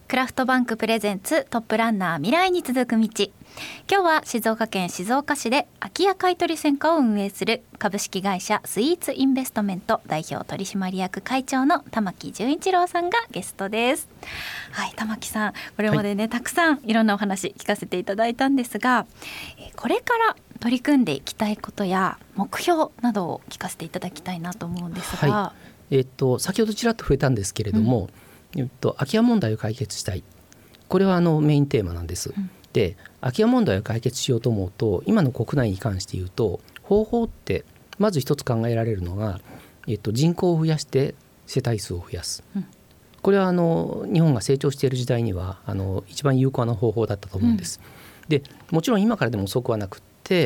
クラフトバンクプレゼンツトップランナー未来に続く道。今日は静岡県静岡市で空き家買取センターを運営する株式会社スイーツインベストメント代表取締役会長の玉木純一郎さんがゲストです。はい、玉木さん、これまでね、たくさんいろんなお話聞かせていただいたんですが、これから取り組んでいきたいことや目標などを聞かせていただきたいなと思うんですが、 先ほどちらっと触れたんですけれども、空き家問題を解決したい、これはメインテーマなんです。で、空き家問題を解決しようと思うと、今の国内に関して言うと方法ってまず一つ考えられるのが、人口を増やして世帯数を増やす、これは日本が成長している時代には一番有効な方法だったと思うんです。でもちろん今からでも遅くはなくって、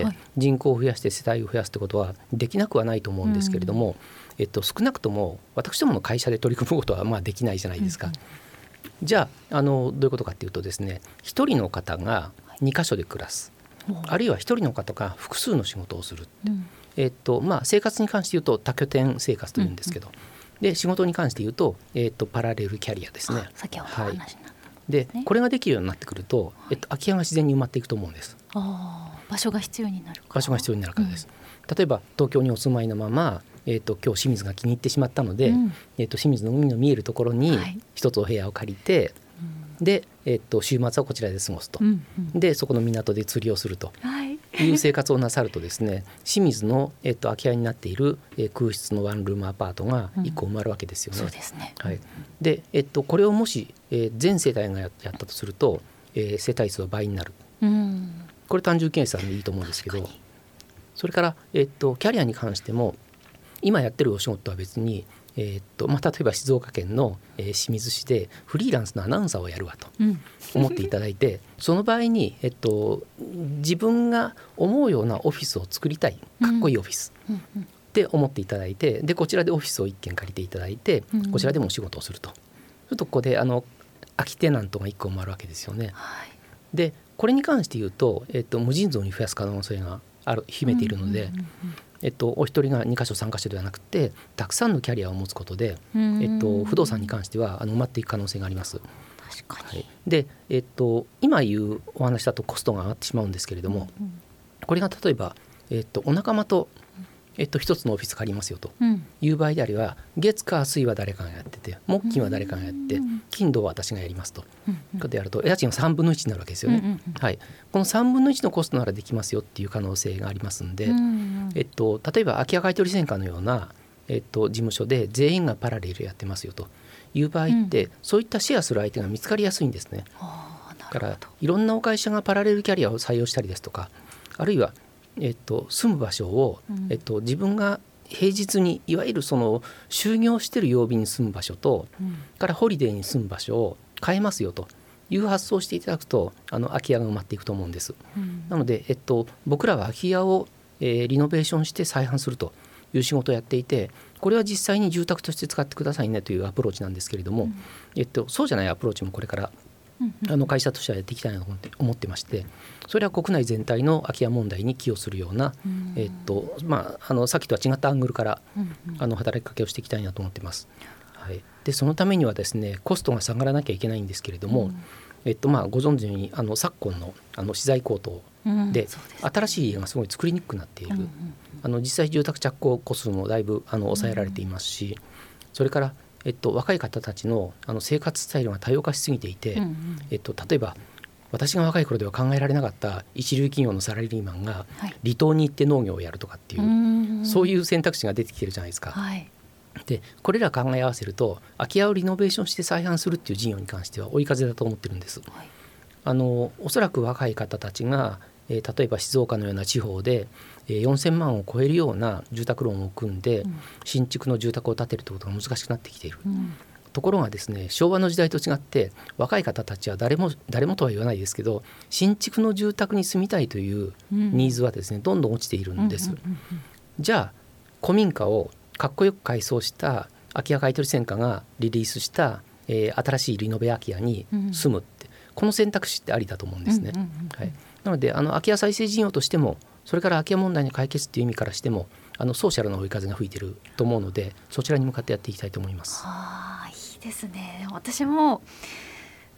人口を増やして世帯を増やすってことはできなくはないと思うんですけれども、少なくとも私どもの会社で取り組むことはできないじゃないですか。じゃあ、どういうことかっていうとですね、1人の方が2カ所で暮らす、あるいは1人の方が複数の仕事をする、生活に関して言うと多拠点生活というんですけど、で仕事に関して言うと、パラレルキャリアですね。 先ほどお話になった、 でこれができるようになってくると、空き家が自然に埋まっていくと思うんです。 場所が必要になるから。 場所が必要になるからです。例えば東京にお住まいのまま、今日清水が気に入ってしまったので、清水の海の見えるところに一つお部屋を借りて、で、週末はこちらで過ごすと、でそこの港で釣りをするという生活をなさるとですね、清水の、空き家になっている、空室のワンルームアパートが1個埋まるわけですよね。 そうですね。 で、これをもし、全世帯がやったとすると、世帯数は倍になる、これ単純計算でいいと思うんですけど、それから、キャリアに関しても今やってるお仕事は別に、例えば静岡県の、清水市でフリーランスのアナウンサーをやるわと思っていただいて、その場合に、自分が思うようなオフィスを作りたい、かっこいいオフィスって思っていただいて、でこちらでオフィスを1軒借りていただいて、こちらでもお仕事をすると。するとここで空きテナントが1個埋まるわけですよね。でこれに関して言うと、無尽蔵に増やす可能性が秘めているので、お一人が2カ所3カ所ではなくて、たくさんのキャリアを持つことで、不動産に関しては埋まっていく可能性があります。 確かに。 で、今言うお話だとコストが上がってしまうんですけれども、これが例えば、お仲間と一つのオフィス借りますよという場合であれば、月火水は誰かがやってて、木金は誰かがやって、金土は私がやりますと、ことやると家賃が3分の1になるわけですよね。この3分の1のコストならできますよっていう可能性がありますんで、例えば空き家買取センターのような、事務所で全員がパラレルやってますよという場合って、そういったシェアする相手が見つかりやすいんですね。だからいろんなお会社がパラレルキャリアを採用したりですとか、あるいは住む場所を、自分が平日にいわゆるその就業している曜日に住む場所と、からホリデーに住む場所を変えますよという発想をしていただくと、空き家が埋まっていくと思うんです。なので、僕らは空き家を、リノベーションして再販するという仕事をやっていて、これは実際に住宅として使ってくださいねというアプローチなんですけれども、そうじゃないアプローチもこれから会社としてはやっていきたいなと思ってまして、それは国内全体の空き家問題に寄与するような、さっきとは違ったアングルから働きかけをしていきたいなと思っています。でそのためにはですね、コストが下がらなきゃいけないんですけれども、ご存知のように昨今の資材高騰で、新しい家がすごい作りにくくなっている、実際住宅着工戸数もだいぶ抑えられていますし、それから若い方たちの生活スタイルが多様化しすぎていて、例えば私が若い頃では考えられなかった一流企業のサラリーマンが離島に行って農業をやるとかっていう、そういう選択肢が出てきてるじゃないですか。でこれら考え合わせると、空き家をリノベーションして再販するっていう事業に関しては追い風だと思ってるんです。おそらく若い方たちが、例えば静岡のような地方で4000万を超えるような住宅ローンを組んで、新築の住宅を建てるということが難しくなってきている、ところがですね、昭和の時代と違って若い方たちは誰もとは言わないですけど、新築の住宅に住みたいというニーズはですね、どんどん落ちているんです。じゃあ古民家をかっこよく改装した空き家買取センターがリリースした、新しいリノベ空き家に住むって、この選択肢ってありだと思うんですね。なので空き家再生事業としても、それから空き家問題の解決という意味からしても、ソーシャルな追い風が吹いていると思うので、そちらに向かってやっていきたいと思います。 いいですね。私も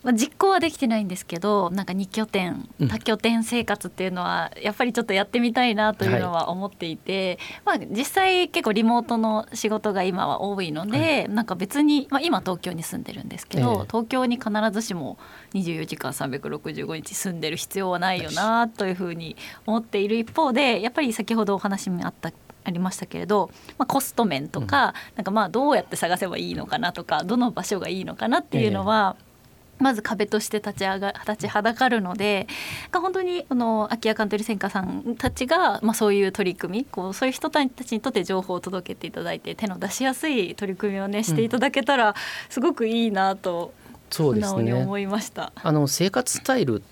実行はできてないんですけど、なんか2拠点多拠点生活っていうのはやっぱりちょっとやってみたいなというのは思っていて、実際結構リモートの仕事が今は多いので、なんか別に、今東京に住んでるんですけど、東京に必ずしも24時間365日住んでる必要はないよなというふうに思っている一方で、やっぱり先ほどお話にありましたけれど、コスト面とか、なんかどうやって探せばいいのかなとか、どの場所がいいのかなっていうのは、まず壁として立ちはだかるので、本当に空き家カントリー専科さんたちが、そういう取り組み、そういう人たちにとって情報を届けていただいて手の出しやすい取り組みをねしていただけたらすごくいいなと素直に思いました。 生活スタイルって、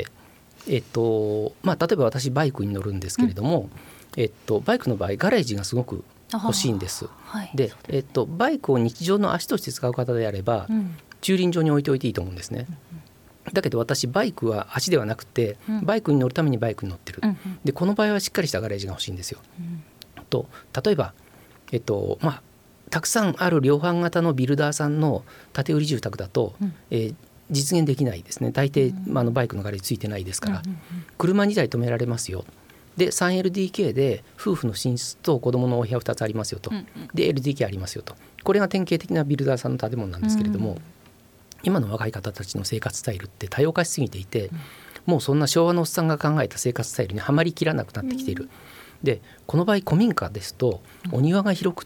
例えば私バイクに乗るんですけれども、バイクの場合ガレージがすごく欲しいんです。で、バイクを日常の足として使う方であれば、駐輪場に置いておいていいと思うんですね。だけど私バイクは足ではなくて、バイクに乗るためにバイクに乗ってる。でこの場合はしっかりしたガレージが欲しいんですよ。例えば、たくさんある量販型のビルダーさんの建て売り住宅だと、実現できないですね。大抵、バイクのガレージついてないですから、車2台止められますよ。で 3LDK で夫婦の寝室と子供のお部屋2つありますよと。で LDK ありますよと。これが典型的なビルダーさんの建物なんですけれども、今の若い方たちの生活スタイルって多様化しすぎていて、もうそんな昭和のおっさんが考えた生活スタイルにはまりきらなくなってきている。でこの場合古民家ですとお庭が広くって、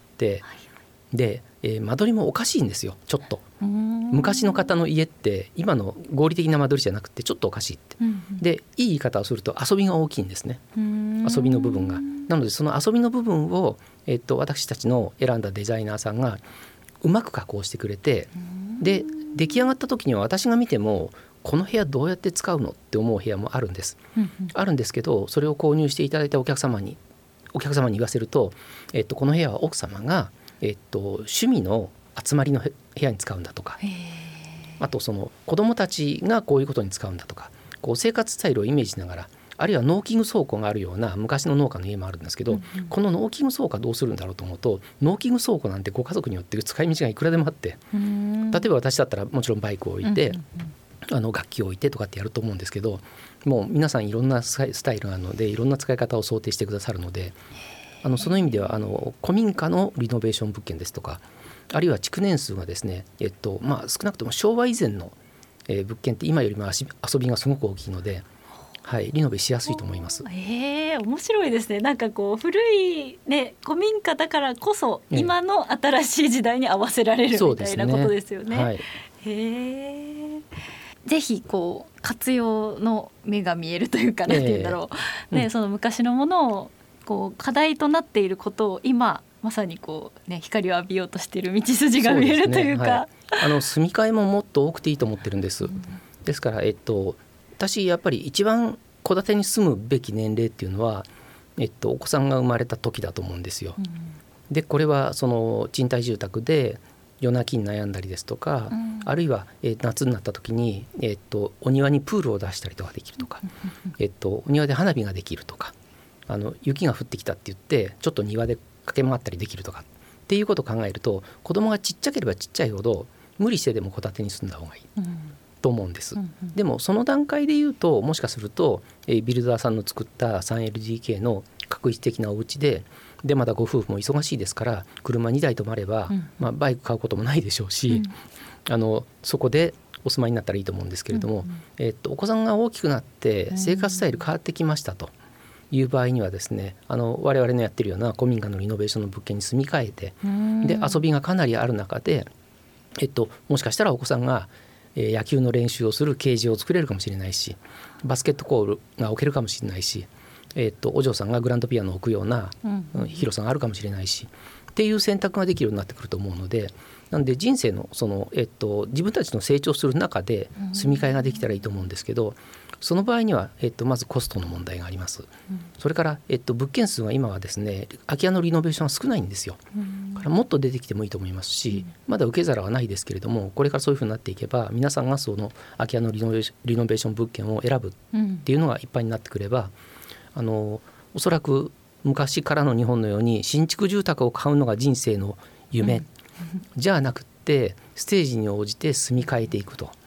で、間取りもおかしいんですよ。ちょっと昔の方の家って今の合理的な間取りじゃなくてちょっとおかしいって、でいい言い方をすると遊びが大きいんですね。遊びの部分が。なのでその遊びの部分を、私たちの選んだデザイナーさんがうまく加工してくれて、で出来上がった時には私が見てもこの部屋どうやって使うのって思う部屋もあるんです、あるんですけど、それを購入していただいたお客様に言わせると、この部屋は奥様が、趣味の集まりの部屋に使うんだとか、あとその子どもたちがこういうことに使うんだとか、こう生活スタイルをイメージしながら、あるいは農機具倉庫があるような昔の農家の家もあるんですけど、この農機具倉庫はどうするんだろうと思うと、農機具倉庫なんてご家族によって使い道がいくらでもあって、例えば私だったらもちろんバイクを置いて、楽器を置いてとかってやると思うんですけど、もう皆さんいろんなスタイルがあるのでいろんな使い方を想定してくださるので、その意味では古民家のリノベーション物件ですとか、あるいは築年数がですね、少なくとも昭和以前の、物件って今よりも遊びがすごく大きいので、リノベしやすいと思います。 面白いですね。なんかこう古い、古民家だからこそ今の新しい時代に合わせられるみたいなことですよね。ぜひこう活用の目が見えるというか、なんていうんだろう、その昔のものをこう課題となっていることを今まさにこう、光を浴びようとしている道筋が見えるというか、 住み替えももっと多くていいと思ってるんです。ですから、私やっぱり一番戸建てに住むべき年齢っていうのは、お子さんが生まれた時だと思うんですよ。でこれはその賃貸住宅で夜泣きに悩んだりですとか、あるいは、夏になった時に、お庭にプールを出したりとかできるとか、お庭で花火ができるとか、雪が降ってきたって言ってちょっと庭で駆け回ったりできるとかっていうことを考えると、子供がちっちゃければちっちゃいほど無理してでも戸建てに住んだ方がいい、と思うんです。でもその段階で言うと、もしかすると、ビルダーさんの作った 3LDK の画一的なお家でまだご夫婦も忙しいですから、車2台止まれば、バイク買うこともないでしょうし、そこでお住まいになったらいいと思うんですけれども、お子さんが大きくなって生活スタイル変わってきましたという場合にはですね、我々のやってるような古民家のリノベーションの物件に住み替えて、で遊びがかなりある中で、もしかしたらお子さんが野球の練習をするケージを作れるかもしれないし、バスケットコールが置けるかもしれないし、お嬢さんがグランドピアノを置くような広さがあるかもしれないしっていう選択ができるようになってくると思うので、なので人生のその、自分たちの成長する中で住み替えができたらいいと思うんですけど、その場合には、まずコストの問題があります。それから、物件数は今はですね、空き家のリノベーションは少ないんですよ。だからもっと出てきてもいいと思いますし、まだ受け皿はないですけれども、これからそういうふうになっていけば、皆さんがその空き家のリノベーション物件を選ぶっていうのが一般になってくれば、おそらく昔からの日本のように新築住宅を買うのが人生の夢、じゃなくってステージに応じて住み替えていくと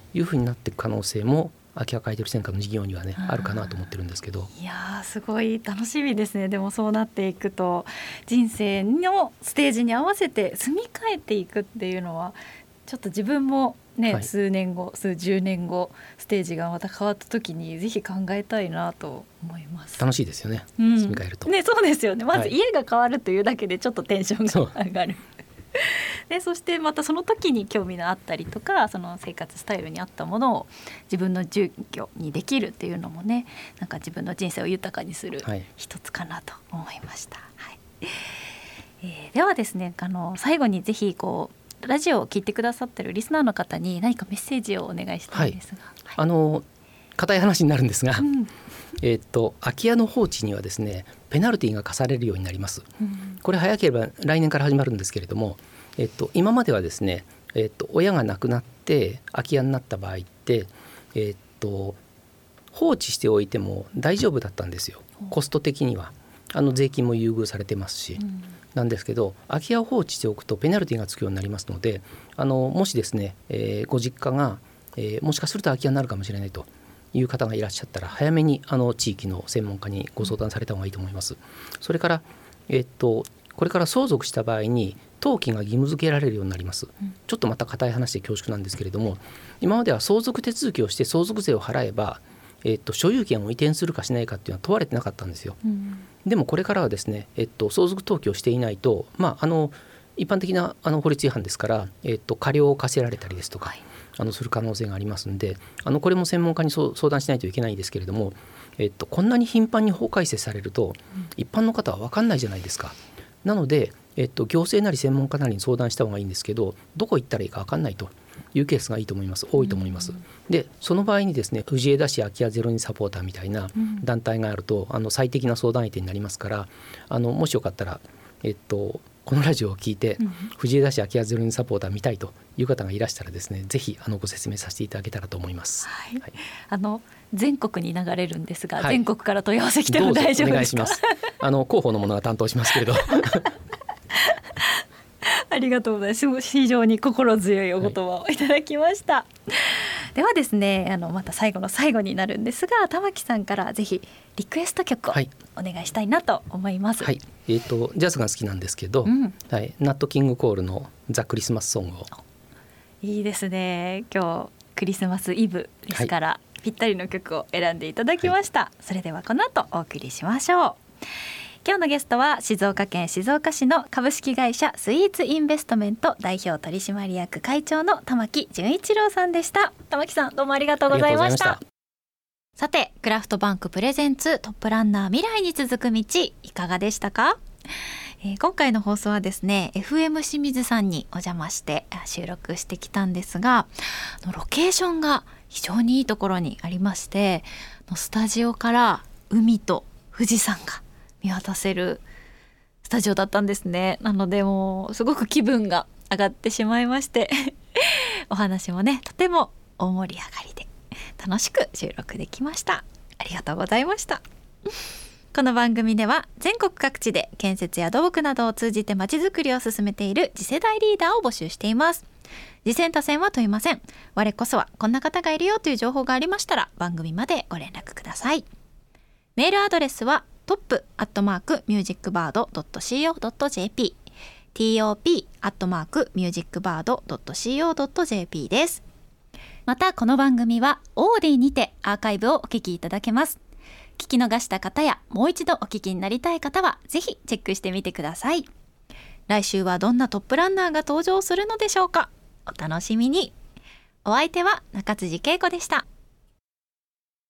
いうふうになっていく可能性も空き家買取専科の事業にはねあるかなと思ってるんですけど。 いやすごい楽しみですね。でもそうなっていくと人生のステージに合わせて住み替えていくっていうのはちょっと自分もね、はい、数年後数十年後ステージがまた変わった時にぜひ考えたいなと思います。 楽しいですよね、住み替えると、 ね、そうですよね。まず家が変わるというだけでちょっとテンションが上がるでそしてまたその時に興味のあったりとかその生活スタイルに合ったものを自分の住居にできるっていうのもねなんか自分の人生を豊かにする一つかなと思いました、はいではですね最後にぜひラジオを聞いてくださってるリスナーの方に何かメッセージをお願いしたいんですが、 固い話になるんですが、空き家の放置にはですねペナルティが課されるようになります、これ早ければ来年から始まるんですけれども、今まではですね、親が亡くなって空き家になった場合って、放置しておいても大丈夫だったんですよ。コスト的には税金も優遇されてますし、なんですけど空き家を放置しておくとペナルティがつくようになりますのでもしですね、ご実家が、もしかすると空き家になるかもしれないという方がいらっしゃったら早めに地域の専門家にご相談された方がいいと思います。それから、これから相続した場合に登記が義務付けられるようになります、ちょっとまた固い話で恐縮なんですけれども、今までは相続手続きをして相続税を払えば、所有権を移転するかしないかっていうのは問われてなかったんですよ、でもこれからはですね、相続登記をしていないと、一般的な法律違反ですから、過料を課せられたりですとか、する可能性がありますのでこれも専門家に相談しないといけないんですけれども、こんなに頻繁に法改正されると一般の方は分かんないじゃないですか。なので、行政なり専門家なりに相談した方がいいんですけど、どこ行ったらいいか分かんないというケースが多いと思います。でその場合にですね藤枝市空き家ゼロ人サポーターみたいな団体があると最適な相談相手になりますから、もしよかったら、このラジオを聞いて、藤枝市空き家ゼロ人サポーター見たいという方がいらしたらですねぜひご説明させていただけたらと思います、 全国に流れるんですが、全国から問い合わせ来ても大丈夫ですか？ お願いします。広報のものが担当しますけれどありがとうございます。非常に心強いお言葉をいただきました、ではですねまた最後の最後になるんですが玉木さんからぜひリクエスト曲をお願いしたいなと思います、 ジャズが好きなんですけど、ナットキングコールのザ・クリスマスソングを。いいですね。今日クリスマスイブですから、ぴったりの曲を選んでいただきました、それではこの後お送りしましょう。今日のゲストは静岡県静岡市の株式会社スイーツインベストメント代表取締役会長の玉木純一郎さんでした。玉木さんどうもありがとうございました。さてクラフトバンクプレゼンツトップランナー未来に続く道いかがでしたか？今回の放送はですね FM 清水さんにお邪魔して収録してきたんですが、ロケーションが非常にいいところにありまして、スタジオから海と富士山が見渡せるスタジオだったんですね。なのでもうすごく気分が上がってしまいましてお話もねとても大盛り上がりで楽しく収録できました。ありがとうございました。この番組では全国各地で建設や土木などを通じてまちづくりを進めている次世代リーダーを募集しています。次戦他戦は問いません。我こそはこんな方がいるよという情報がありましたら番組までご連絡ください。メールアドレスはtop@musicbird.co.jp top@musicbird.co.jp です。またこの番組はオーディにてアーカイブをお聞きいただけます。聞き逃した方やもう一度お聞きになりたい方はぜひチェックしてみてください。来週はどんなトップランナーが登場するのでしょうか。お楽しみに。お相手は中辻恵子でした。